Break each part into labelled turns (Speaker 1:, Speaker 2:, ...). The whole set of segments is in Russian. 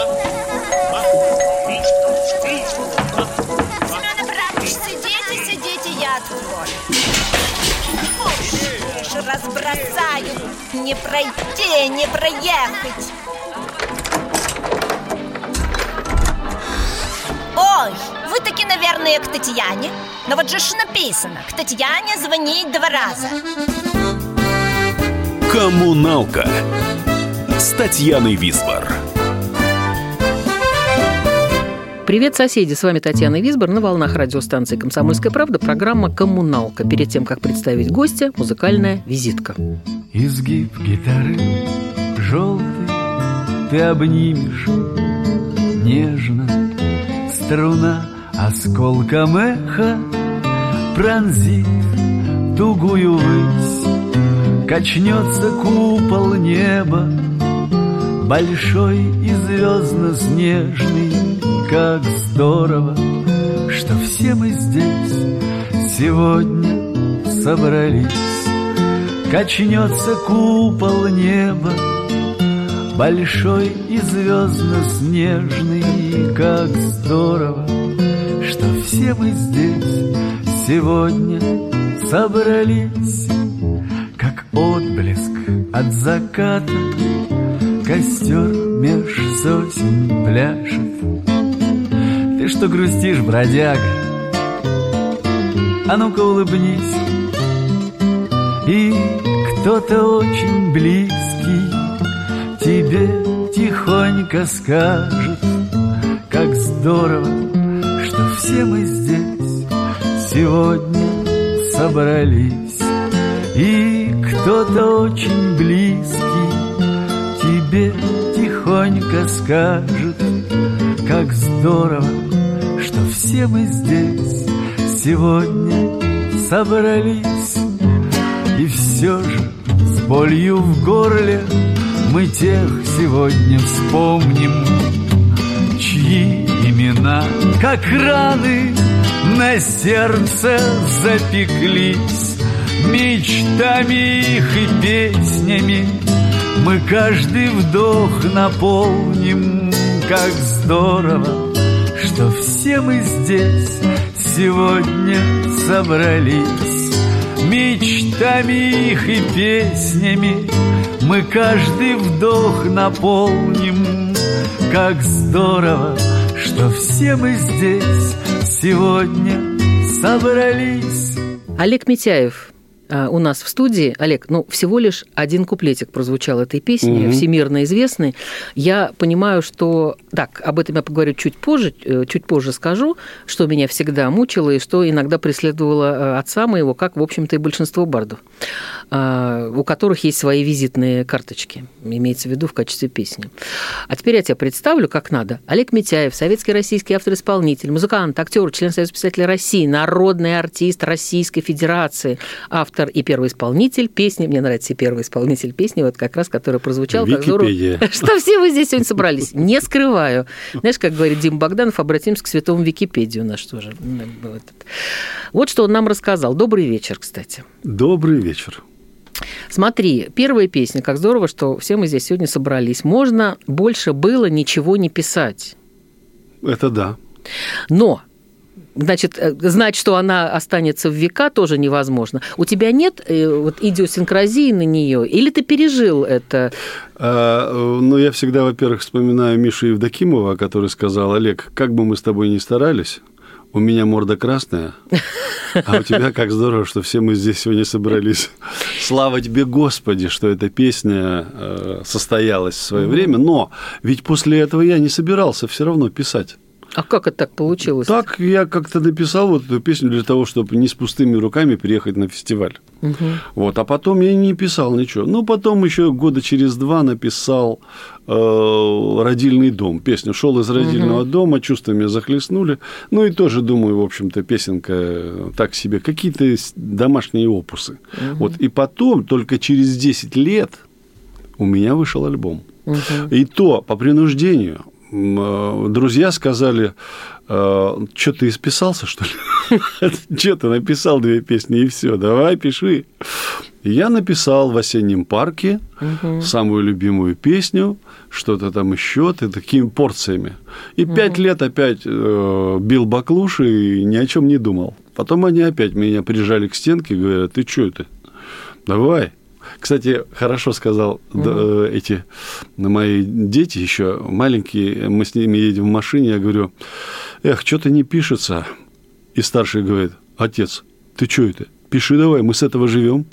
Speaker 1: Семен Абрамович, сидите, я открою. Разбросаю. Не пройти, не проехать. Ой, вы таки, наверное, к Татьяне. Но вот же ж написано: к Татьяне звонить 2 раза.
Speaker 2: Коммуналка с Татьяной Висбор.
Speaker 3: Привет, соседи! С вами Татьяна Висбор на волнах радиостанции «Комсомольская правда». Программа «Коммуналка». Перед тем, как представить гостя, музыкальная визитка.
Speaker 4: Изгиб гитары желтый ты обнимешь нежно. Струна осколком эха пронзит тугую высь. Качнется купол неба большой и звездно-снежный. Как здорово, что все мы здесь сегодня собрались. Качнется купол неба большой и звездно-снежный. Как здорово, что все мы здесь сегодня собрались. Как отблеск от заката костер меж сосен пляшет. Ты что грустишь, бродяга? А ну-ка улыбнись. И кто-то очень близкий тебе тихонько скажет: как здорово, что все мы здесь сегодня собрались. И кто-то очень близкий тебе тихонько скажет: как здорово, что все мы здесь сегодня собрались. И все же с болью в горле мы тех сегодня вспомним, чьи имена, как раны, на сердце запеклись. Мечтами их и песнями мы каждый вдох наполним. Как здорово, что все мы здесь сегодня собрались. Мечтами их и песнями мы каждый вдох наполним. Как здорово, что все мы здесь сегодня собрались.
Speaker 3: Олег Митяев у нас в студии. Олег, всего лишь один куплетик прозвучал этой песни, всемирно известный. Я понимаю, что... Так, об этом я поговорю чуть позже скажу, что меня всегда мучило и что иногда преследовало отца моего, как, в общем-то, и большинство бардов, у которых есть свои визитные карточки, имеется в виду в качестве песни. А теперь я тебя представлю как надо. Олег Митяев, советский российский автор-исполнитель, музыкант, актер, член Союза писателей России, народный артист Российской Федерации, автор и первый исполнитель песни. Мне нравится и первый исполнитель песни, вот как раз, который прозвучал.
Speaker 2: Википедия.
Speaker 3: Что все вы здесь сегодня собрались. Не скрываю. Знаешь, как говорит Дима Богданов, обратимся к святому Википедии у нас тоже. Вот что он нам рассказал. Добрый вечер, кстати.
Speaker 2: Добрый вечер.
Speaker 3: Смотри, первая песня. Как здорово, что все мы здесь сегодня собрались. Можно больше было ничего не писать.
Speaker 2: Это да.
Speaker 3: Но... Значит, знать, что она останется в века, тоже невозможно. У тебя нет идиосинкразии на нее, или ты пережил это?
Speaker 2: Я всегда, во-первых, вспоминаю Мишу Евдокимова, который сказал: Олег, как бы мы с тобой ни старались, у меня морда красная, а у тебя как здорово, что все мы здесь сегодня собрались. Слава тебе, Господи, что эта песня состоялась в свое время, но ведь после этого я не собирался все равно писать.
Speaker 3: А как это так получилось?
Speaker 2: Так я как-то написал вот эту песню для того, чтобы не с пустыми руками приехать на фестиваль. А потом я не писал ничего. Потом еще года через 2 написал «Родильный дом». Песню «Шел из родильного дома», чувства меня захлестнули. И тоже, думаю, в общем-то, песенка так себе. Какие-то домашние опусы. И потом, только через 10 лет у меня вышел альбом. И то по принуждению. Друзья сказали: что ты исписался, что ли? Что ты написал 2 песни и все, давай пиши. И я написал в осеннем парке самую любимую песню что-то там еще, ты такими порциями. И 5 лет опять бил баклуши и ни о чем не думал. Потом они опять меня прижали к стенке и говорят: ты что это? Давай. Кстати, хорошо сказал, эти мои дети еще маленькие, мы с ними едем в машине, я говорю: эх, что-то не пишется. И старший говорит: отец, ты что это? Пиши давай, мы с этого живем.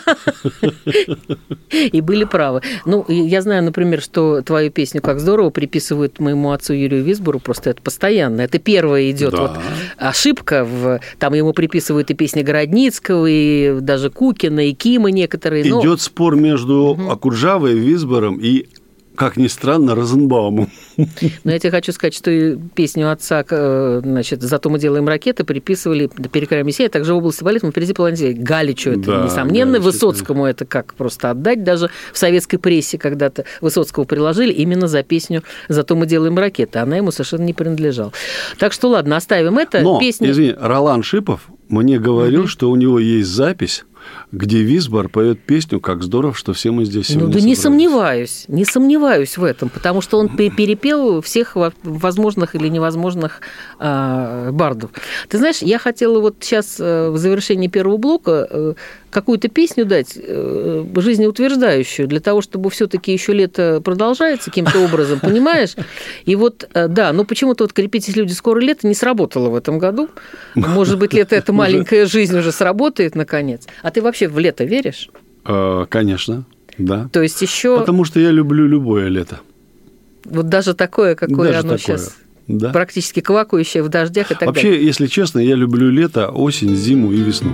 Speaker 3: И были правы. Ну, я знаю, например, что твою песню «Как здорово» приписывают моему отцу Юрию Висбору, просто это постоянно. Это первая идет вот ошибка. Там ему приписывают и песни Городницкого, и даже Кукина, и Кима некоторые.
Speaker 2: Идет спор между Акуджавой, Висбором и, как ни странно, Розенбаумом.
Speaker 3: Но я тебе хочу сказать, что и песню отца, значит, «Зато мы делаем ракеты» приписывали «Перекраем Мессия», также в области балета мы впереди планете. Галичу это, да, несомненно, Галич, Высоцкому это как просто отдать. Даже в советской прессе когда-то Высоцкого приложили именно за песню «Зато мы делаем ракеты». Она ему совершенно не принадлежала. Так что ладно, оставим это.
Speaker 2: Но, извини, Ролан Шипов мне говорил, что у него есть запись, где Висбор поет песню «Как здорово, что все мы здесь сегодня собрались».
Speaker 3: Не сомневаюсь в этом, потому что он перепел всех возможных или невозможных бардов. Ты знаешь, я хотела вот сейчас в завершении первого блока какую-то песню дать, жизнеутверждающую, для того, чтобы все-таки еще лето продолжается каким-то образом, понимаешь? И вот, да, но почему-то вот «Крепитесь, люди, скоро лето» не сработало в этом году. Может быть, лето – это маленькая жизнь уже сработает, наконец. А ты вообще в лето веришь?
Speaker 2: Конечно, да.
Speaker 3: То есть еще...
Speaker 2: Потому что я люблю любое лето.
Speaker 3: Вот даже такое, какое даже оно такое. Сейчас... Да. Практически квакающее в дождях и так
Speaker 2: Вообще,
Speaker 3: далее.
Speaker 2: если честно, я люблю лето, осень, зиму и весну.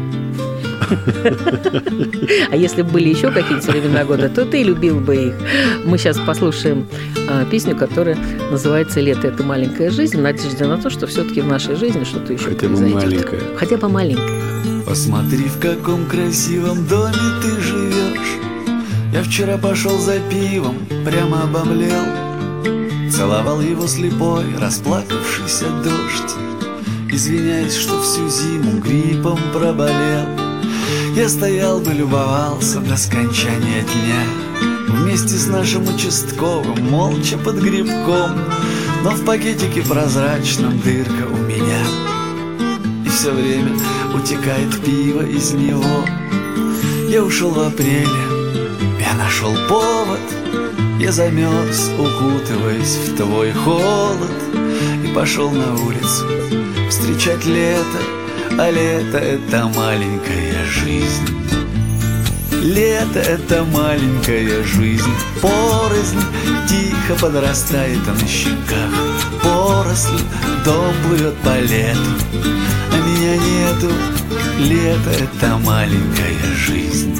Speaker 3: А если бы были еще какие-то времена года, то ты любил бы их. Мы сейчас послушаем песню, которая называется «Лето – это маленькая жизнь», в надежде на то, что все-таки в нашей жизни что-то еще произойдет. Хотя бы маленькое.
Speaker 4: Посмотри, в каком красивом доме ты живешь. Я вчера пошел за пивом, прямо обомлел. Целовал его слепой, расплакавшийся дождь, извиняясь, что всю зиму гриппом проболел. Я стоял бы, любовался до скончания дня, вместе с нашим участковым, молча под грибком. Но в пакетике прозрачном дырка у меня, и все время утекает пиво из него. Я ушел в апреле, я нашел повод. Я замерз, укутываясь в твой холод, и пошел на улицу встречать лето. А лето – это маленькая жизнь. Лето – это маленькая жизнь. Поросль тихо подрастает на щеках. Поросль, дом плывет по лету, а меня нету. Лето – это маленькая жизнь.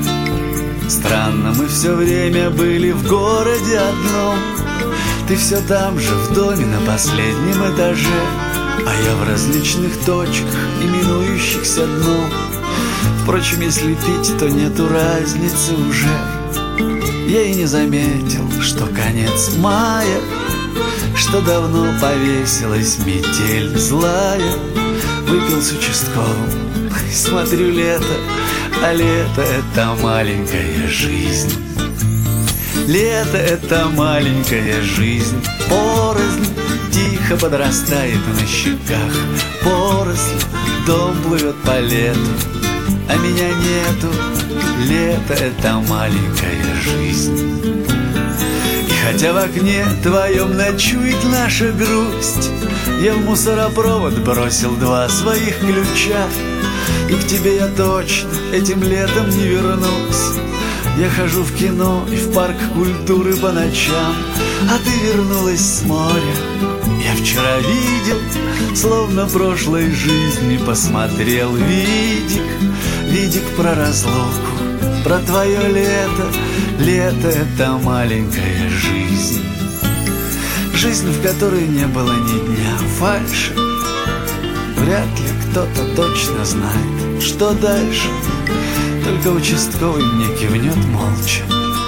Speaker 4: Странно, мы все время были в городе одном. Ты все там же, в доме на последнем этаже, а я в различных точках, именующихся дном. Впрочем, если пить, то нету разницы уже. Я и не заметил, что конец мая, что давно повесилась метель злая. Выпил с участковым, смотрю лето, а лето – это маленькая жизнь. Лето – это маленькая жизнь. Поросль тихо подрастает на щеках. Поросль, дом плывет по лету, а меня нету. Лето – это маленькая жизнь. И хотя в окне твоем ночует наша грусть, я в мусоропровод бросил 2 своих ключа. И к тебе я точно этим летом не вернусь. Я хожу в кино и в парк культуры по ночам, а ты вернулась с моря. Я вчера видел, словно прошлой жизни посмотрел видик. Видик про разлуку, про твое лето. Лето – это маленькая жизнь. Жизнь, в которой не было ни дня фальши. Вряд ли кто-то точно знает, что дальше. Только участковый мне кивнет молча.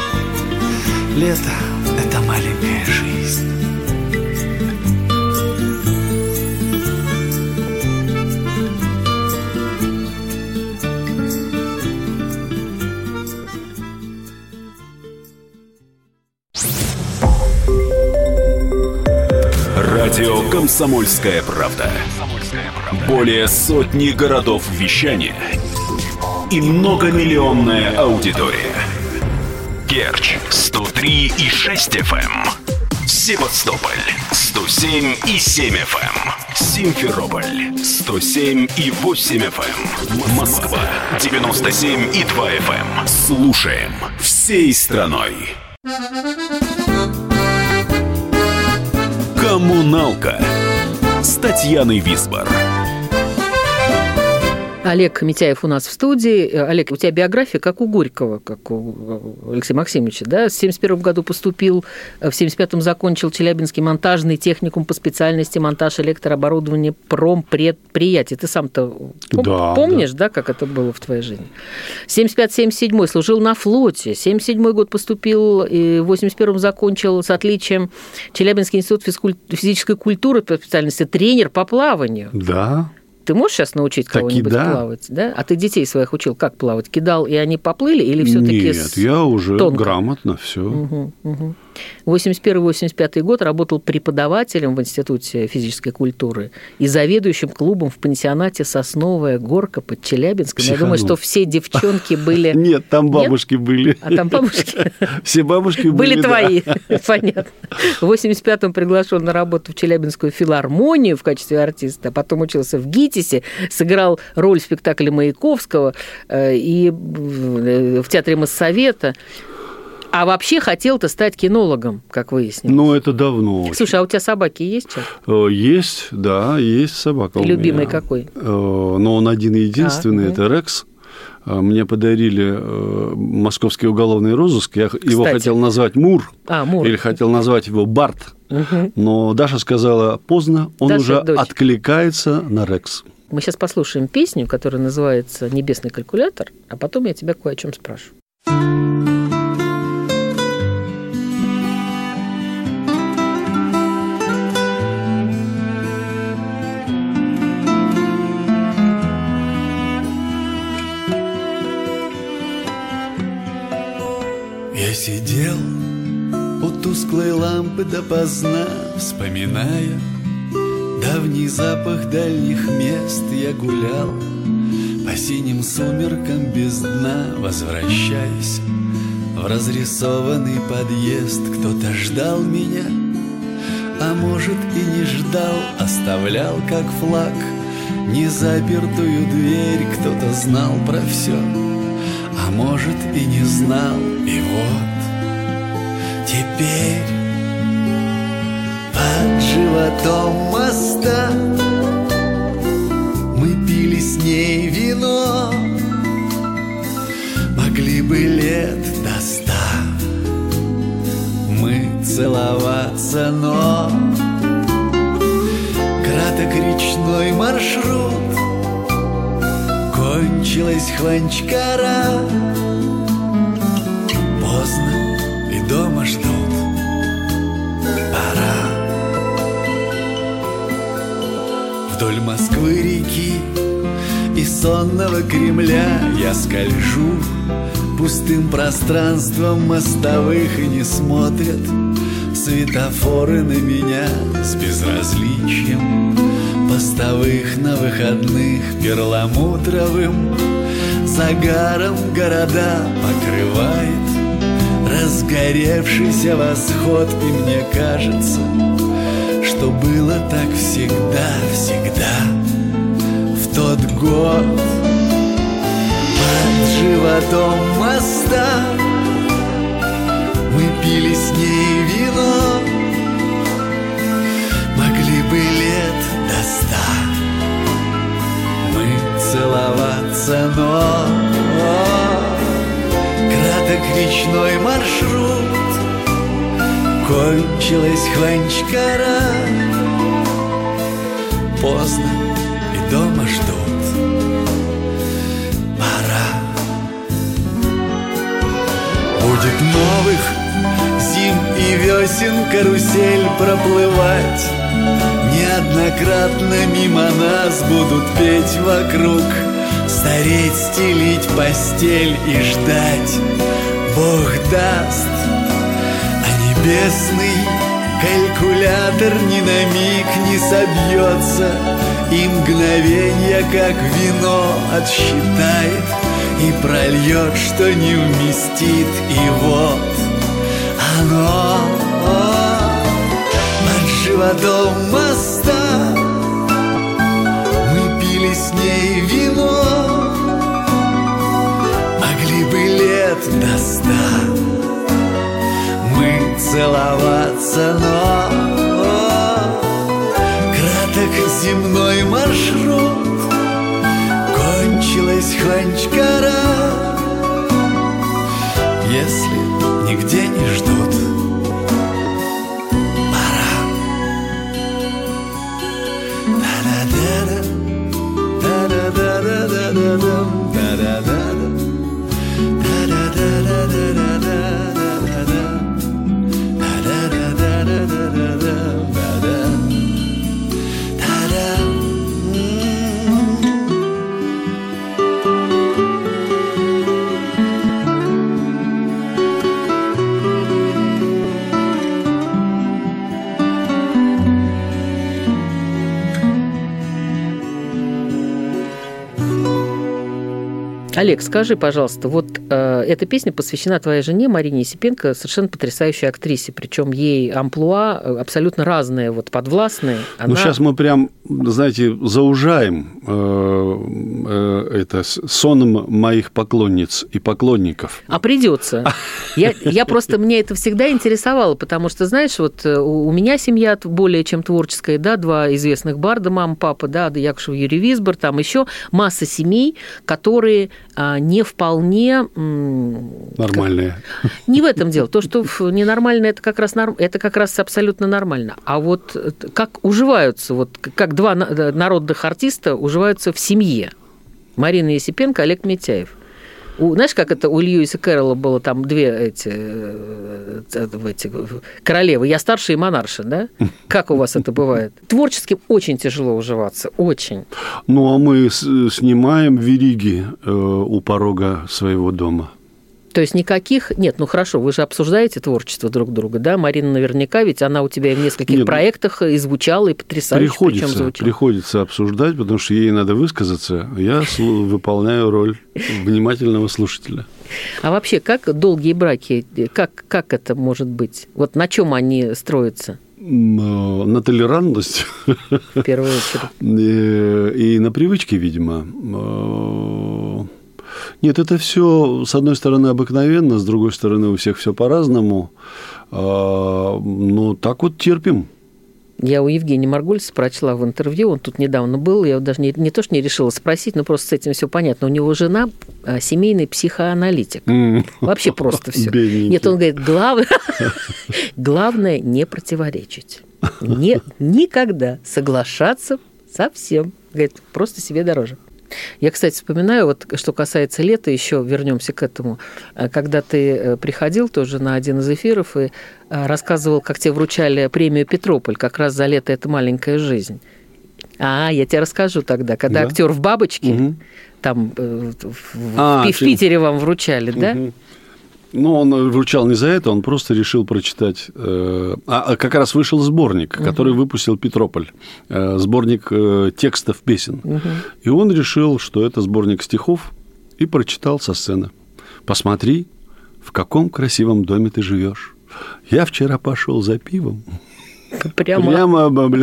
Speaker 4: Лето – это маленькая жизнь.
Speaker 5: Радио «Комсомольская правда». Более сотни городов вещания и многомиллионная аудитория. Керчь 103,6 FM, Севастополь 107,7 FM, Симферополь 107,8 FM, Москва 97,2 FM. Слушаем всей страной. «Коммуналка» с Татьяной Висбор.
Speaker 3: Олег Митяев у нас в студии. Олег, у тебя биография как у Горького, как у Алексея Максимовича, да? В 1971 году поступил, в 1975 закончил Челябинский монтажный техникум по специальности монтаж электрооборудования промпредприятий. Ты сам-то помнишь, да, как это было в твоей жизни? 1975-1977 служил на флоте, 1977 год поступил, и в 1981 закончил с отличием Челябинский институт физической культуры по специальности тренер по плаванию.
Speaker 2: Да.
Speaker 3: Ты можешь сейчас научить кого-нибудь плавать, да? А ты детей своих учил, как плавать? Кидал, и они поплыли, или все-таки
Speaker 2: Нет, я уже тонко? Грамотно все.
Speaker 3: 1981-1985 год работал преподавателем в Институте физической культуры и заведующим клубом в пансионате «Сосновая горка» под Челябинском. Я думаю, что все девчонки были...
Speaker 2: Нет, там бабушки были.
Speaker 3: А там бабушки?
Speaker 2: Все бабушки
Speaker 3: были твои, понятно. В 1985-м приглашен на работу в Челябинскую филармонию в качестве артиста, а потом учился в ГИТИСе, сыграл роль в спектакле Маяковского и в театре Моссовета. А вообще хотел-то стать кинологом, как выяснилось.
Speaker 2: Ну, это давно.
Speaker 3: Слушай, а у тебя собаки есть сейчас?
Speaker 2: Есть, да, есть собака у меня.
Speaker 3: Любимый какой?
Speaker 2: Но он один единственный, это Рекс. Мне подарили московский уголовный розыск. Я его хотел назвать Мур.
Speaker 3: Мур.
Speaker 2: Или хотел назвать его Барт. Но Даша сказала поздно, он
Speaker 3: Даша
Speaker 2: уже откликается на Рекс.
Speaker 3: Мы сейчас послушаем песню, которая называется «Небесный калькулятор», а потом я тебя кое о чем спрошу.
Speaker 4: Я сидел у тусклой лампы допоздна, вспоминая давний запах дальних мест. Я гулял по синим сумеркам без дна, возвращаясь в разрисованный подъезд. Кто-то ждал меня, а может и не ждал, оставлял как флаг незапертую дверь. Кто-то знал про все, а может и не знал. И вот теперь под животом моста мы пили с ней вино. Могли бы лет до 100 мы целоваться, но краток речной маршрут, кончилась Хванчкара. Поздно и дома ждут, пора. Вдоль Москвы-реки и сонного Кремля я скольжу пустым пространством мостовых, и не смотрят светофоры на меня с безразличием постовых. На выходных перламутровым загаром города покрывает разгоревшийся восход. И мне кажется, что было так всегда, всегда в тот год. Под животом моста мы пили с ней вино. Могли бы лет до 100 мы целоваться, но краток речной маршрут, кончилась Хванчкара. Поздно и дома ждут, пора. Будет новых зим и весен карусель проплывать, неоднократно мимо нас будут петь вокруг, стареть, стелить постель и ждать. Бог даст, а небесный Калькулятор ни на миг не собьется, и мгновенье, как вино, отсчитает и прольет, что не вместит. И вот оно над животом моста. Мы пили с ней вино, могли бы лет до 100 мы целоваться, но краток земной маршрут, кончилась Хончкара, если нигде не ждут. Пора. Да-да-да-да, да-да-да-да-да-да, да-да-да-да, да-да-да-да-да-да.
Speaker 3: Олег, скажи, пожалуйста, вот эта песня посвящена твоей жене Марине Есипенко, совершенно потрясающей актрисе, причем ей амплуа абсолютно разные, вот подвластные.
Speaker 2: Ну, сейчас мы прям, знаете, заужаем это соном моих поклонниц и поклонников.
Speaker 3: А придется. Я просто, мне это всегда интересовало, потому что, знаешь, вот у меня семья более чем творческая, да, 2 известных барда, мама, папа, да, Якушев, Юрий Висбор, там еще масса семей, которые не вполне...
Speaker 2: Нормальные.
Speaker 3: Не в этом дело. То, что ненормально, это как раз абсолютно нормально. А вот как уживаются, вот как 2 народных артиста уживаются в семье. Марина Есипенко, Олег Митяев. Знаешь, как это у Льюиса Кэрролла было там 2 эти королевы, я старшая и монарша, да? Как у вас это бывает? Творчески очень тяжело уживаться, очень.
Speaker 2: Ну, а мы снимаем вериги у порога своего дома.
Speaker 3: То есть никаких... Нет, ну хорошо, вы же обсуждаете творчество друг друга, да? Марина наверняка, ведь она у тебя и в нескольких проектах и звучала, и потрясающе причем звучала.
Speaker 2: Приходится обсуждать, потому что ей надо высказаться, я выполняю роль внимательного слушателя.
Speaker 3: А вообще, как долгие браки, как это может быть? Вот на чем они строятся?
Speaker 2: На толерантность.
Speaker 3: В первую очередь.
Speaker 2: И на привычке, видимо. Нет, это все, с одной стороны, обыкновенно, с другой стороны, у всех все по-разному. Но так вот терпим.
Speaker 3: Я у Евгения Маргулиса прочла в интервью, он тут недавно был, я даже не то, что не решила спросить, но просто с этим все понятно. У него жена семейный психоаналитик. Вообще просто все. Нет, он говорит, главное не противоречить. Никогда соглашаться совсем. Говорит, просто себе дороже. Я, кстати, вспоминаю, вот что касается лета, еще вернемся к этому, когда ты приходил тоже на один из эфиров и рассказывал, как тебе вручали премию «Петрополь», как раз за «Лето – это маленькая жизнь». Я тебе расскажу тогда, когда актер в «Бабочке», там в Питере вам вручали, да?
Speaker 2: Ну, он вручал не за это, он просто решил прочитать. Как раз вышел сборник, который выпустил «Петрополь», сборник текстов песен. И он решил, что это сборник стихов, и прочитал со сцены. «Посмотри, в каком красивом доме ты живешь. Я вчера пошел за пивом». Прямо обомлел.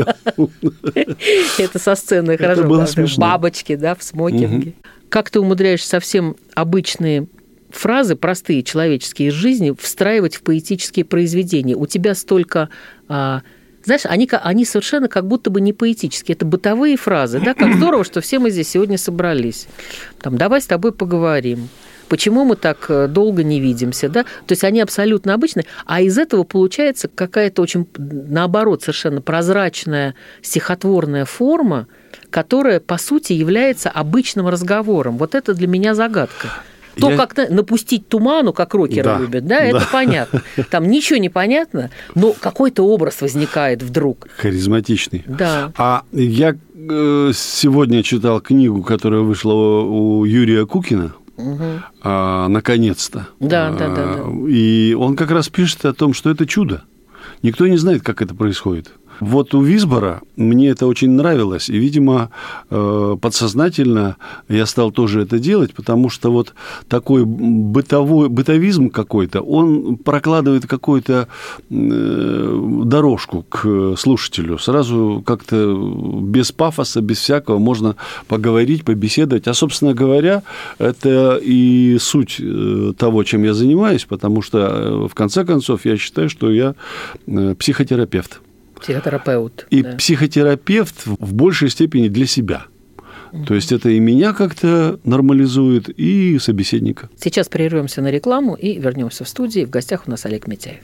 Speaker 3: Это со сцены, хорошо.
Speaker 2: Это было смешно.
Speaker 3: Бабочки, да, в смокинге. Как ты умудряешься совсем обычные фразы, простые человеческие из жизни, встраивать в поэтические произведения? У тебя столько... Знаешь, они совершенно как будто бы не поэтические. Это бытовые фразы, да? Как здорово, что все мы здесь сегодня собрались. Там, давай с тобой поговорим. Почему мы так долго не видимся, да? То есть они абсолютно обычные, а из этого получается какая-то очень, наоборот, совершенно прозрачная стихотворная форма, которая, по сути, является обычным разговором. Вот это для меня загадка. Как напустить туману, как рокеры любят, да, это понятно. Там ничего не понятно, но какой-то образ возникает вдруг.
Speaker 2: Харизматичный.
Speaker 3: Да.
Speaker 2: А я сегодня читал книгу, которая вышла у Юрия Кукина, наконец-то.
Speaker 3: Да.
Speaker 2: И он как раз пишет о том, что это чудо. Никто не знает, как это происходит. Вот у Висбора мне это очень нравилось, и, видимо, подсознательно я стал тоже это делать, потому что вот такой бытовизм какой-то, он прокладывает какую-то дорожку к слушателю. Сразу как-то без пафоса, без всякого можно поговорить, побеседовать. А, собственно говоря, это и суть того, чем я занимаюсь, потому что, в конце концов, я считаю, что я психотерапевт.
Speaker 3: Психотерапевт.
Speaker 2: И психотерапевт в большей степени для себя. То есть это и меня как-то нормализует, и собеседника.
Speaker 3: Сейчас прервемся на рекламу и вернемся в студию. В гостях у нас Олег Митяев.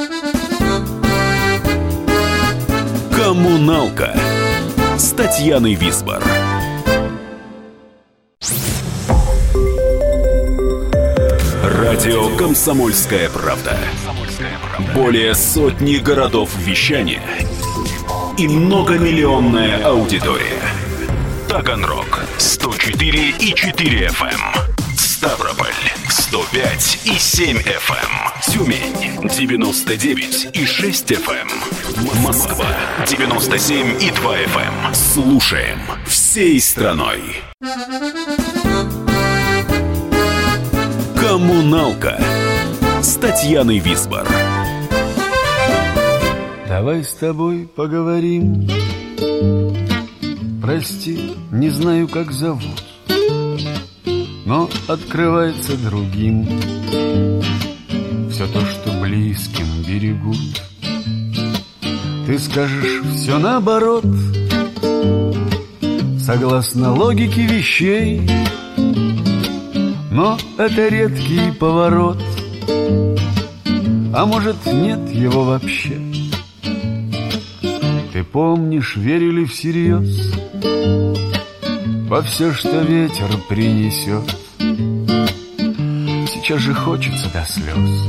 Speaker 5: «Коммуналка» с Татьяной Висбор. Радио «Комсомольская правда». Более сотни городов вещания и многомиллионная аудитория. Таганрог 104,4 FM, Ставрополь 105,7 FM, Тюмень 99,6 FM, Москва 97,2 FM. Слушаем всей страной. «Коммуналка» с Татьяной Висбор.
Speaker 4: Давай с тобой поговорим. Прости, не знаю, как зовут, но открывается другим все то, что близким берегут. Ты скажешь все наоборот, согласно логике вещей, но это редкий поворот, а может, нет его вообще. Ты помнишь, верили всерьез во все, что ветер принесет. Сейчас же хочется до слез,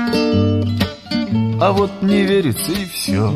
Speaker 4: а вот не верится и все.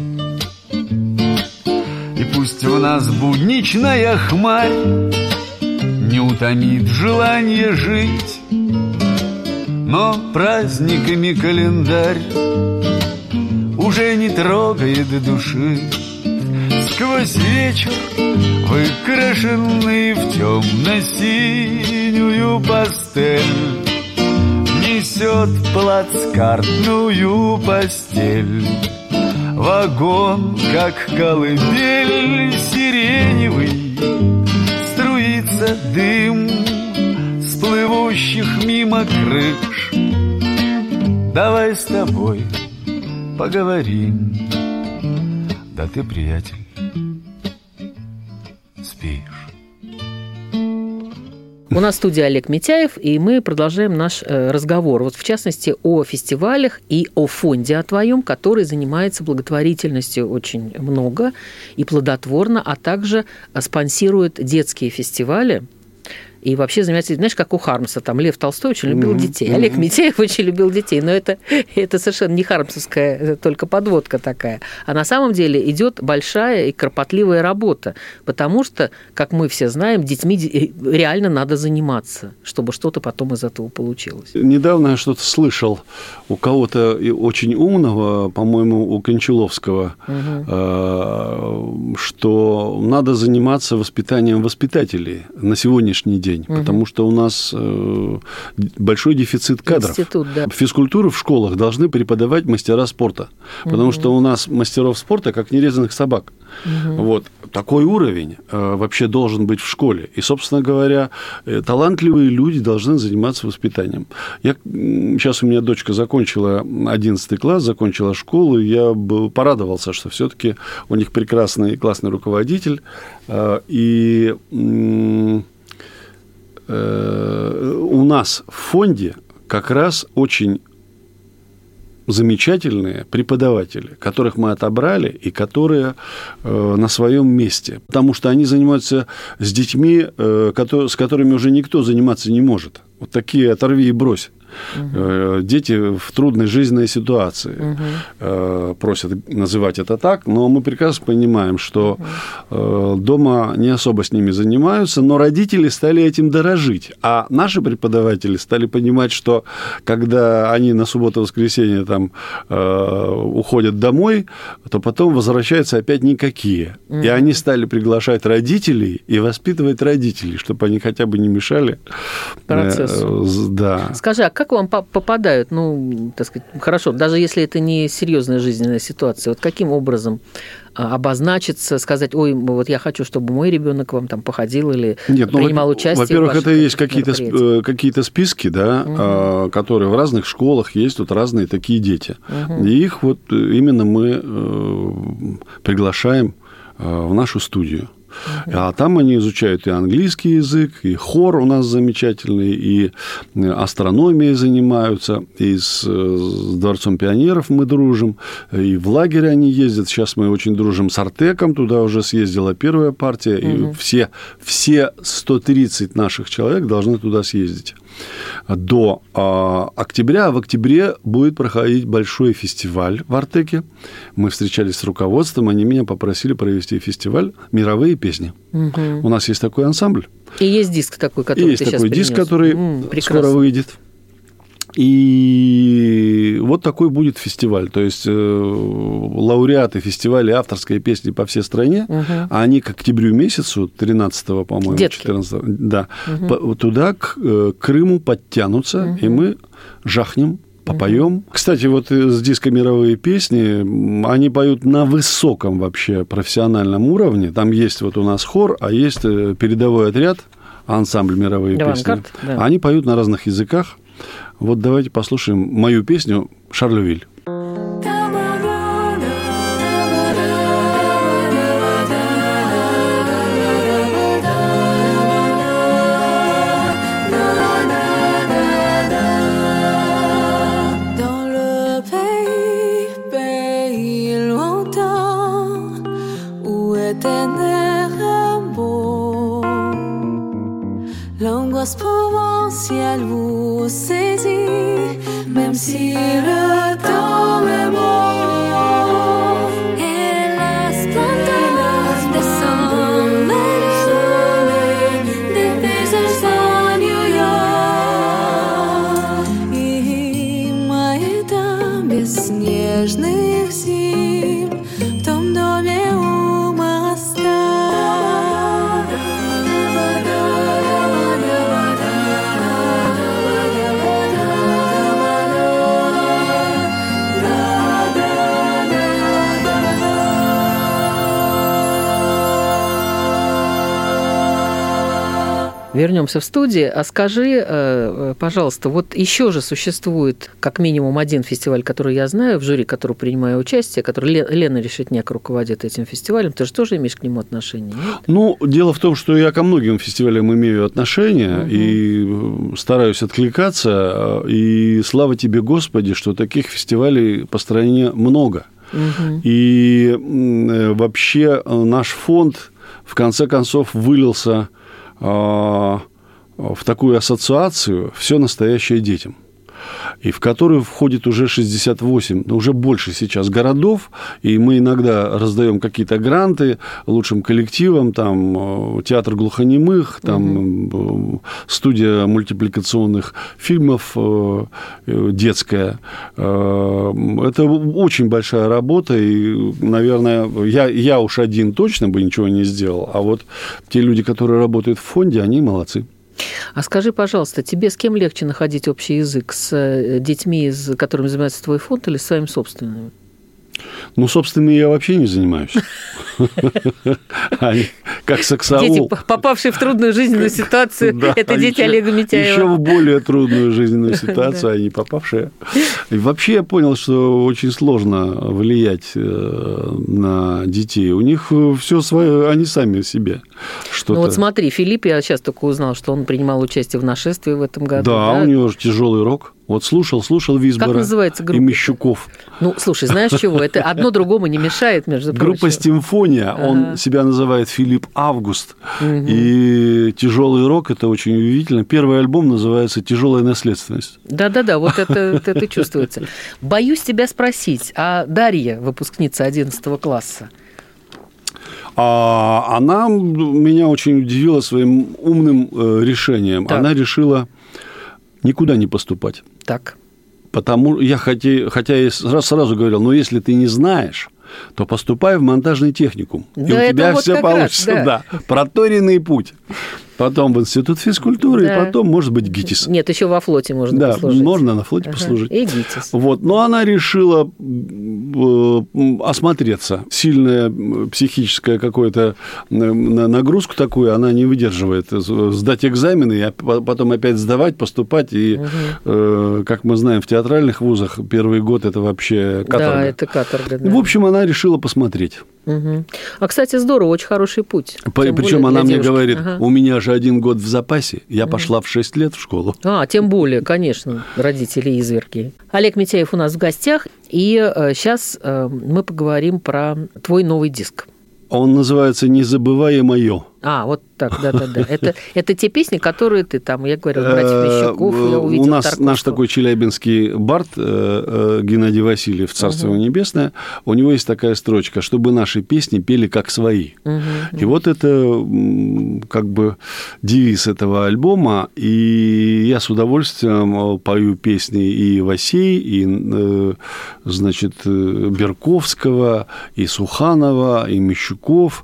Speaker 4: И пусть в нас будничная хмарь не утомит желание жить, но праздниками календарь уже не трогает души. Сквозь вечер, выкрашенный в темно-синюю пастель, несет плацкартную постель. Вагон, как колыбель сиреневый, струится дым с плывущих мимо крыш. Давай с тобой поговорим. Да ты, приятель, спишь.
Speaker 3: У нас в студии Олег Митяев, и мы продолжаем наш разговор. Вот в частности о фестивалях и о фонде о твоем, который занимается благотворительностью очень много и плодотворно, а также спонсирует детские фестивали. И вообще занимается, знаешь, как у Хармса, там Лев Толстой очень любил детей, Олег Митяев очень любил детей, но это совершенно не хармсовская только подводка такая. А на самом деле идет большая и кропотливая работа, потому что, как мы все знаем, детьми реально надо заниматься, чтобы что-то потом из этого получилось.
Speaker 2: Недавно я что-то слышал у кого-то очень умного, по-моему, у Кончаловского, что надо заниматься воспитанием воспитателей на сегодняшний день. Потому что у нас большой дефицит кадров.
Speaker 3: Институт, да.
Speaker 2: Физкультуру в школах должны преподавать мастера спорта, потому что у нас мастеров спорта как нерезанных собак. Вот. Такой уровень вообще должен быть в школе. И, собственно говоря, талантливые люди должны заниматься воспитанием. Сейчас у меня дочка закончила 11 класс, закончила школу, и я порадовался, что все-таки у них прекрасный классный руководитель. И у нас в фонде как раз очень замечательные преподаватели, которых мы отобрали и которые на своем месте, потому что они занимаются с детьми, с которыми уже никто заниматься не может. Вот такие оторви и брось. Дети в трудной жизненной ситуации. Просят называть это так, но мы прекрасно понимаем, что дома не особо с ними занимаются, но родители стали этим дорожить. А наши преподаватели стали понимать, что когда они на субботу-воскресенье там уходят домой, то потом возвращаются опять никакие. И они стали приглашать родителей и воспитывать родителей, чтобы они хотя бы не мешали
Speaker 3: процессу.
Speaker 2: Да.
Speaker 3: Скажи, а как вам попадают, ну, так сказать, хорошо, даже если это не серьезная жизненная ситуация, вот каким образом обозначиться, сказать, ой, вот я хочу, чтобы мой ребенок вам там походил или принимал участие?
Speaker 2: Во-первых, это есть какие-то списки, да, которые в разных школах есть, тут разные такие дети. И их вот именно мы приглашаем в нашу студию. А там они изучают и английский язык, и хор у нас замечательный, и астрономией занимаются, и с Дворцом пионеров мы дружим, и в лагерь они ездят. Сейчас мы очень дружим с Артеком, туда уже съездила первая партия, и все 130 наших человек должны туда съездить до октября. А в октябре будет проходить большой фестиваль в Артеке. Мы встречались с руководством, они меня попросили провести фестиваль «Мировые песни». У нас есть такой ансамбль.
Speaker 3: И есть диск такой, который ты сейчас принес.
Speaker 2: Есть такой диск, который скоро выйдет. И вот такой будет фестиваль. То есть лауреаты фестиваля авторской песни по всей стране, а они к октябрю месяцу, 13-го, по-моему, 14-го, да, туда, к Крыму подтянутся, и мы жахнем, попоем. Кстати, вот с диска «Мировые песни» они поют на высоком вообще профессиональном уровне. Там есть вот у нас хор, а есть передовой отряд, ансамбль «Мировые песни». Да. Они поют на разных языках. Вот давайте послушаем мою песню «Шарлевиль».
Speaker 6: L'angoisse provinciale vous saisit, même si le temps est beau. Et la splendeur des sommets de soleil, des paysages à New York. И мои там бесснежных зим в том доме у моста.
Speaker 3: Вернемся в студию. А скажи, пожалуйста, вот еще же существует как минимум один фестиваль, который я знаю, в жюри, который принимаю участие, который Лена Решетняк руководит этим фестивалем. Ты же тоже имеешь к нему отношение? Нет?
Speaker 2: Ну, дело в том, что я ко многим фестивалям имею отношение и стараюсь откликаться. И слава тебе, Господи, что таких фестивалей по стране много. И вообще наш фонд в конце концов вылился в такую ассоциацию «Все настоящее детям», и в которую входит уже 68, уже больше сейчас городов, и мы иногда раздаем какие-то гранты лучшим коллективам, там театр глухонемых, там студия мультипликационных фильмов детская. Это очень большая работа, и, наверное, я уж один точно бы ничего не сделал, а вот те люди, которые работают в фонде, они молодцы.
Speaker 3: А скажи, пожалуйста, тебе с кем легче находить общий язык? С детьми, которыми занимается твой фонд, или с своим собственным?
Speaker 2: Ну, собственно, я вообще не занимаюсь. Как саксоул.
Speaker 3: Дети, попавшие в трудную жизненную ситуацию, это дети Олега Митяева.
Speaker 2: Еще в более трудную жизненную ситуацию, они попавшие. И вообще я понял, что очень сложно влиять на детей. У них все свое, они сами себе что-то.
Speaker 3: Ну вот смотри, Филипп, я сейчас только узнал, что он принимал участие в нашествии в этом году.
Speaker 2: Да, у него же тяжелый рок. Вот слушал Висбора.
Speaker 3: Как называется группа?
Speaker 2: И Мещуков.
Speaker 3: Ну, слушай, знаешь чего? Это одно другому не мешает, между прочим.
Speaker 2: Группа «Стимфония», он себя называет Филипп Август. И тяжелый рок – это очень удивительно. Первый альбом называется «Тяжелая наследственность».
Speaker 3: Да-да-да, вот это чувствуется. Боюсь тебя спросить, а Дарья, выпускница 11 класса?
Speaker 2: Она меня очень удивила своим умным решением. Так. Она решила никуда не поступать.
Speaker 3: Так.
Speaker 2: Потому я хотя я сразу говорил, но если ты не знаешь, то поступай в монтажный техникум, да, и у тебя вот все получится. Раз, да. Проторенный путь. Потом в институт физкультуры, да. И потом, может быть, ГИТИС.
Speaker 3: Нет, еще во флоте можно послужить.
Speaker 2: Да, можно на флоте послужить.
Speaker 3: И ГИТИС.
Speaker 2: Вот. Но она решила осмотреться. Сильная психическая какую-то нагрузку такую она не выдерживает. Сдать экзамены, а потом опять сдавать, поступать. И, как мы знаем, в театральных вузах первый год – это вообще каторга.
Speaker 3: Да, это каторга. Да.
Speaker 2: В общем, она решила посмотреть.
Speaker 3: А, кстати, здорово, очень хороший путь.
Speaker 2: Причем она мне говорит, у меня же 1 год в запасе, я пошла в 6 лет в школу.
Speaker 3: Тем более, конечно, родители изверги. Олег Митяев у нас в гостях, и сейчас мы поговорим про твой новый диск.
Speaker 2: Он называется «Не забывай моё».
Speaker 3: Вот так, да-да-да. Это те песни, которые ты там, я говорил, братьев Мещуков, я увидел
Speaker 2: у нас
Speaker 3: Тарковского.
Speaker 2: Наш такой челябинский бард Геннадий Васильев, царство его небесное, у него есть такая строчка, чтобы наши песни пели как свои. И вот это как бы девиз этого альбома, и я с удовольствием пою песни и Васей, и, значит, Берковского, и Суханова, и Мещуков.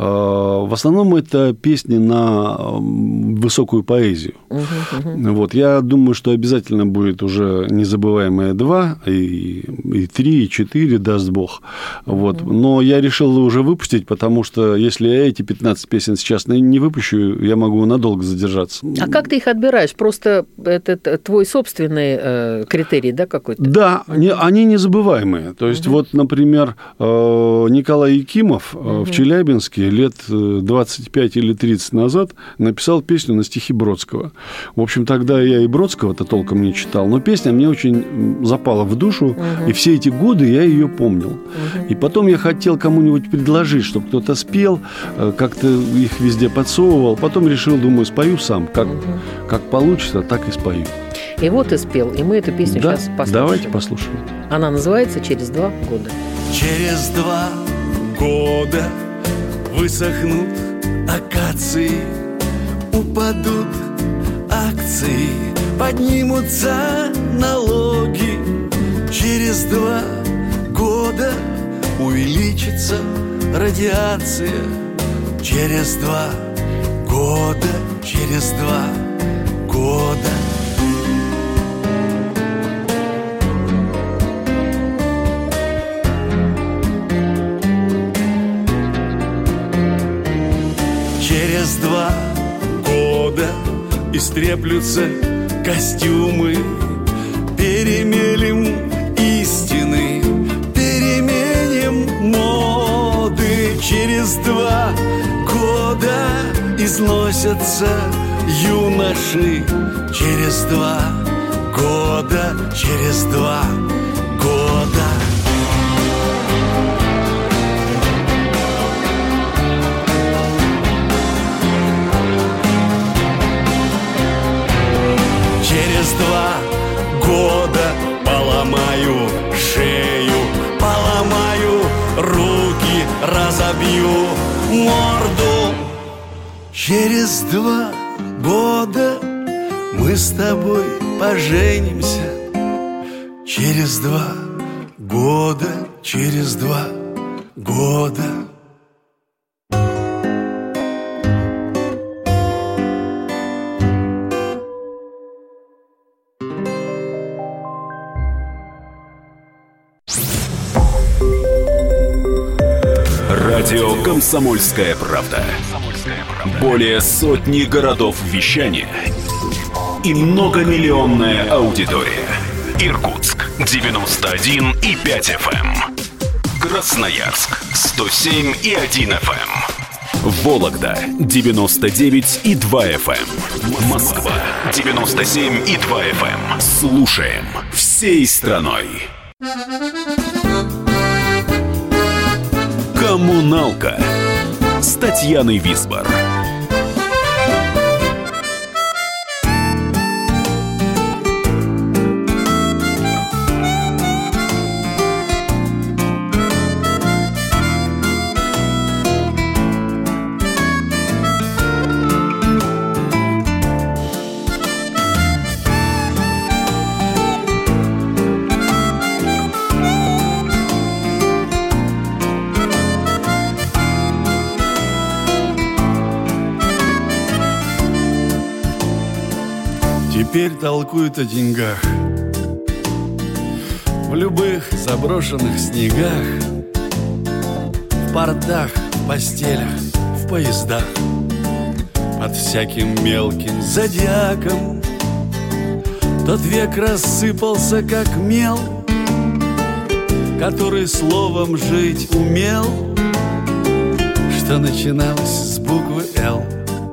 Speaker 2: В основном это песни на высокую поэзию. Вот. Я думаю, что обязательно будет уже «Незабываемые 2», и 3, и 4, даст Бог. Вот. Но я решил уже выпустить, потому что если я эти 15 песен сейчас не выпущу, я могу надолго задержаться.
Speaker 3: А как ты их отбираешь? Просто это твой собственный критерий, да, какой-то?
Speaker 2: Да, они незабываемые. То есть, вот, например, Николай Якимов в Челябинске лет 25 или 30 назад написал песню на стихи Бродского. В общем, тогда я и Бродского-то толком не читал, но песня мне очень запала в душу, и все эти годы я ее помнил. И потом я хотел кому-нибудь предложить, чтобы кто-то спел, как-то их везде подсовывал. Потом решил, думаю, спою сам. Как получится, так и спою.
Speaker 3: И вот ты спел, и мы эту песню сейчас послушаем.
Speaker 2: Давайте послушаем.
Speaker 3: Она называется «Через 2 года».
Speaker 4: Через 2 года высохнут акации, упадут акции, поднимутся налоги. Через 2 года увеличится радиация. Через 2 года, через 2 года. Через 2 года истреплются костюмы, перемелем истины, переменим моды. Через 2 года износятся юноши. Через 2 года, через 2 года. Через 2 года поломаю шею, поломаю руки, разобью морду. Через 2 года мы с тобой поженимся. Через 2 года, через 2 года.
Speaker 5: Радио «Комсомольская правда». Более сотни городов вещания и многомиллионная аудитория. Иркутск 91,5 FM. Красноярск 107,1 FM. Вологда 99,2 FM. Москва 97,2 FM. Слушаем всей страной. Коммуналка с Татьяной Висбор.
Speaker 4: Теперь толкуют о деньгах в любых заброшенных снегах, в портах, в постелях, в поездах, под всяким мелким зодиаком. Тот век рассыпался, как мел, который словом жить умел, что начиналось с буквы «Л»,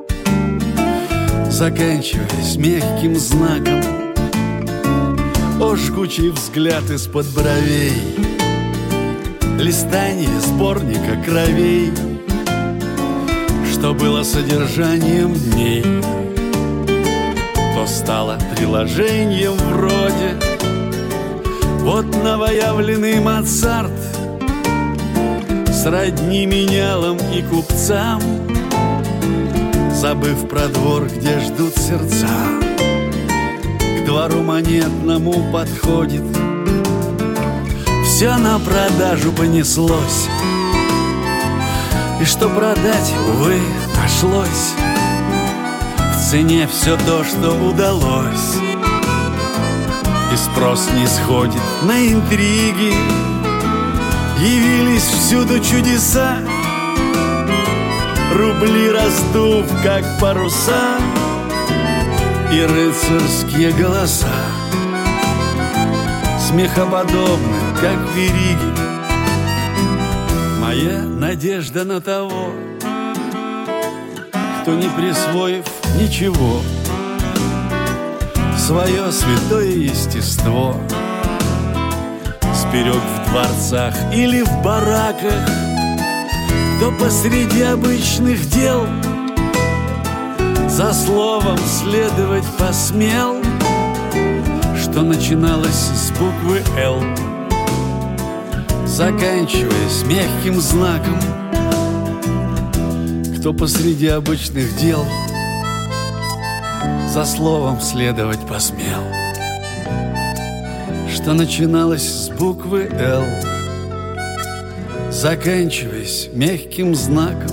Speaker 4: заканчиваясь мягким знаком. О, жгучий взгляд из-под бровей, листание сборника кровей, что было содержанием дней, то стало приложением вроде. Вот новоявленный Моцарт сродни менялам и купцам, забыв про двор, где ждут сердца. К двору монетному подходит, все на продажу понеслось, и что продать, увы, нашлось. В цене все то, что удалось, и спрос не сходит на интриги. Явились всюду чудеса, рубли раздув, как паруса, и рыцарские голоса смехоподобны, как вериги. Моя надежда на того, кто, не присвоив ничего, свое святое естество сберег в дворцах или в бараках, кто посреди обычных дел за словом следовать посмел, что начиналось с буквы «Л», заканчиваясь мягким знаком, кто посреди обычных дел за словом следовать посмел, что начиналось с буквы «Л», заканчиваясь мягким знаком.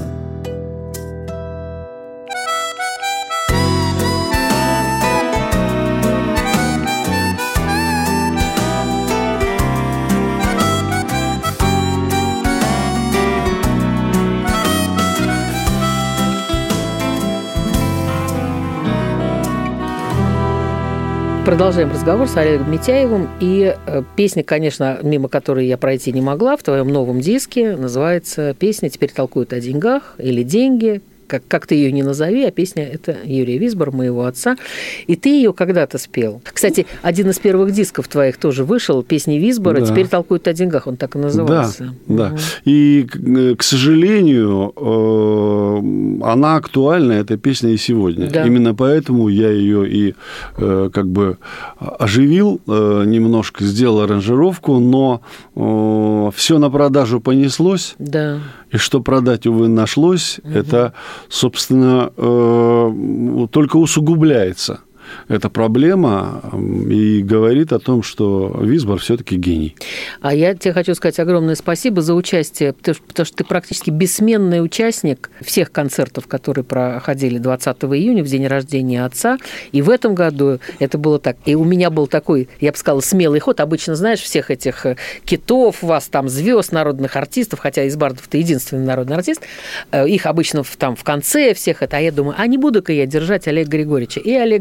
Speaker 3: Продолжаем разговор с Олегом Митяевым. И песня, конечно, мимо которой я пройти не могла, в твоем новом диске называется песня «Теперь толкуют о деньгах» или «Деньги». Как ты ее не назови, а песня – это Юрия Висбора, моего отца. И ты ее когда-то спел. Кстати, один из первых дисков твоих тоже вышел, песни Висбора, да. «Теперь толкуют о деньгах», он так и назывался.
Speaker 2: Да, да. И, к сожалению, она актуальна, эта песня, и сегодня. Да. Именно поэтому я ее и как бы оживил немножко, сделал аранжировку, но все на продажу понеслось. Да. И что продать, увы, нашлось, это, собственно, только усугубляется эта проблема и говорит о том, что Висбор все-таки гений.
Speaker 3: А я тебе хочу сказать огромное спасибо за участие, потому что ты практически бессменный участник всех концертов, которые проходили 20 июня, в день рождения отца. И в этом году это было так. И у меня был такой, я бы сказала, смелый ход. Обычно, знаешь, всех этих китов, у вас там звезд, народных артистов, хотя из Бардов ты единственный народный артист, их обычно там в конце всех это. А я думаю, а не буду-ка я держать Олега Григорьевича. И Олег Григорьевич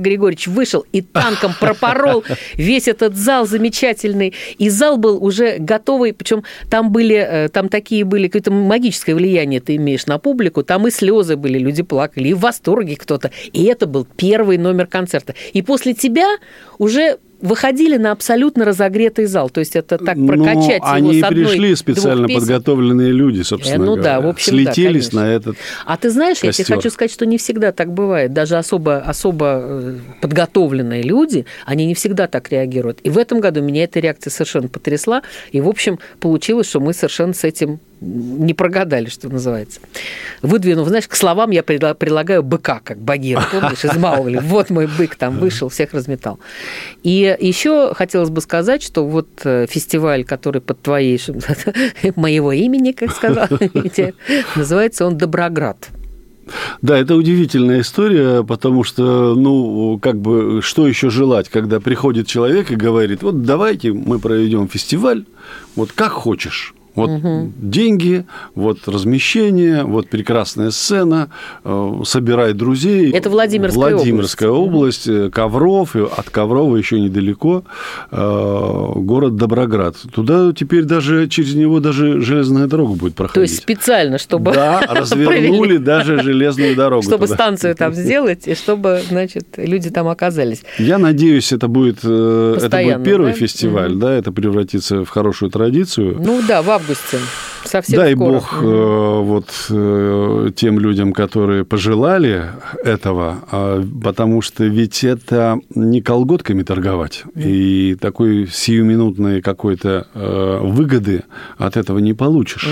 Speaker 3: Владимирович вышел и танком пропорол весь этот зал замечательный. И зал был уже готовый, причем там такие были, какое-то магическое влияние ты имеешь на публику, там и слезы были, люди плакали, и в восторге кто-то. И это был первый номер концерта. И после тебя уже выходили на абсолютно разогретый зал. То есть это так прокачать его
Speaker 2: они
Speaker 3: с одной,
Speaker 2: пришли специально подготовленные люди, собственно говоря.
Speaker 3: Да, в общем,
Speaker 2: слетелись
Speaker 3: да,
Speaker 2: на этот
Speaker 3: А ты знаешь,
Speaker 2: костер.
Speaker 3: Я тебе хочу сказать, что не всегда так бывает. Даже особо подготовленные люди, они не всегда так реагируют. И в этом году меня эта реакция совершенно потрясла. И, в общем, получилось, что мы совершенно с этим не прогадали, что называется. Выдвинув, знаешь, к словам я прилагаю быка, как Багира, помнишь, из Маугли. Вот мой бык там вышел, всех разметал. И еще хотелось бы сказать, что вот фестиваль, который под твоей, моего имени, как сказал, называется он «Доброград».
Speaker 2: Да, это удивительная история, потому что, что еще желать, когда приходит человек и говорит, вот давайте мы проведем фестиваль, вот как хочешь. Вот деньги, вот размещение, вот прекрасная сцена, собирай друзей.
Speaker 3: Это Владимирская область.
Speaker 2: Ковров, и от Коврова еще недалеко, город Доброград. Туда теперь через него даже железная дорога будет проходить.
Speaker 3: То есть специально, чтобы...
Speaker 2: Да, развернули даже железную дорогу.
Speaker 3: Чтобы станцию там сделать, и чтобы, люди там оказались.
Speaker 2: Я надеюсь, это будет первый фестиваль, да, это превратится в хорошую традицию.
Speaker 3: Ну да, в августе. Совсем
Speaker 2: Дай
Speaker 3: скоро.
Speaker 2: Бог тем людям, которые пожелали этого, потому что ведь это не колготками торговать, и такой сиюминутной какой-то выгоды от этого не получишь.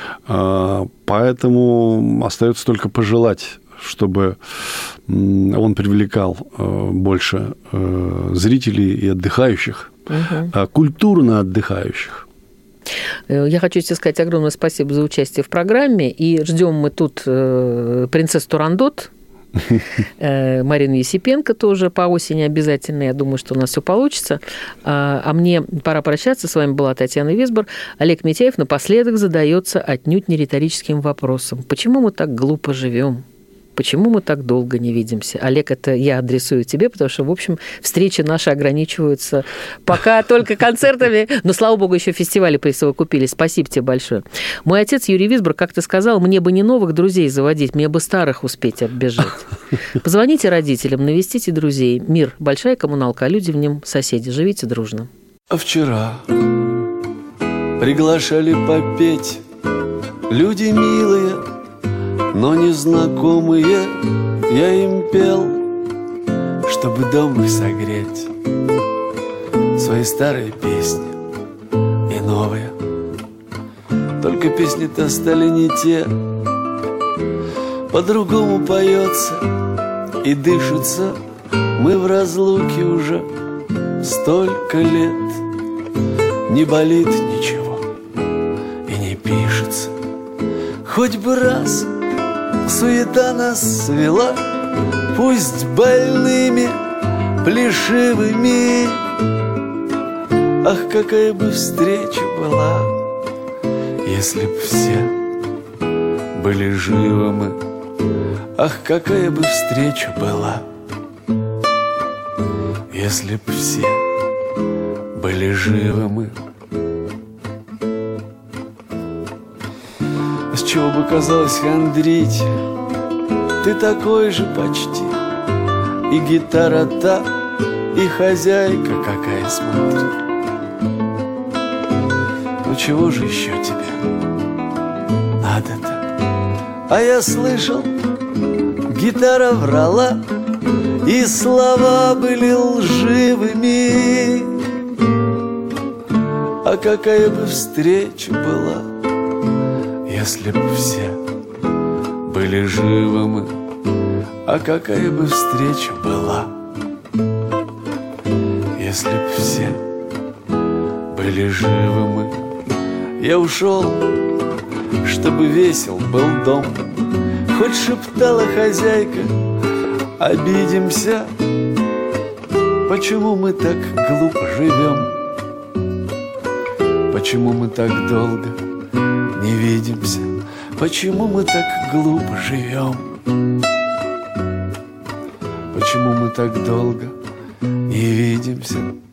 Speaker 2: Поэтому остается только пожелать, чтобы он привлекал больше зрителей и отдыхающих, культурно отдыхающих.
Speaker 3: Я хочу тебе сказать огромное спасибо за участие в программе. И ждем мы тут принцессу Турандот, Марину Есипенко тоже по осени обязательно. Я думаю, что у нас все получится. А мне пора прощаться. С вами была Татьяна Висбор. Олег Митяев напоследок задается отнюдь не риторическим вопросом. Почему мы так глупо живем? Почему мы так долго не видимся? Олег, это я адресую тебе, потому что, в общем, встречи наши ограничиваются пока только концертами, но, слава богу, еще фестивали присовокупились. Спасибо тебе большое. Мой отец Юрий Висбор как-то сказал, мне бы не новых друзей заводить, мне бы старых успеть оббежать. Позвоните родителям, навестите друзей. Мир – большая коммуналка, а люди в нем соседи. Живите дружно.
Speaker 4: А вчера приглашали попеть люди милые, но незнакомые, я им пел, чтобы дом их согреть. Свои старые песни и новые, только песни-то стали не те. По-другому поется и дышится, мы в разлуке уже столько лет. Не болит ничего и не пишется, хоть бы раз суета нас свела, пусть больными, плешивыми. Ах, какая бы встреча была, если б все были живы мы. Ах, какая бы встреча была, если б все были живы мы. С чего бы казалось хандрить, ты такой же почти, и гитара та, и хозяйка какая, смотри. Ну чего же еще тебе надо-то? А я слышал, гитара врала, и слова были лживыми. А какая бы встреча была, если б все были живы мы. А какая бы встреча была, если б все были живы мы. Я ушел, чтобы весел был дом, хоть шептала хозяйка, обидимся. Почему мы так глупо живем? Почему мы так долго не видимся? Почему мы так глупо живем? Почему мы так долго не видимся.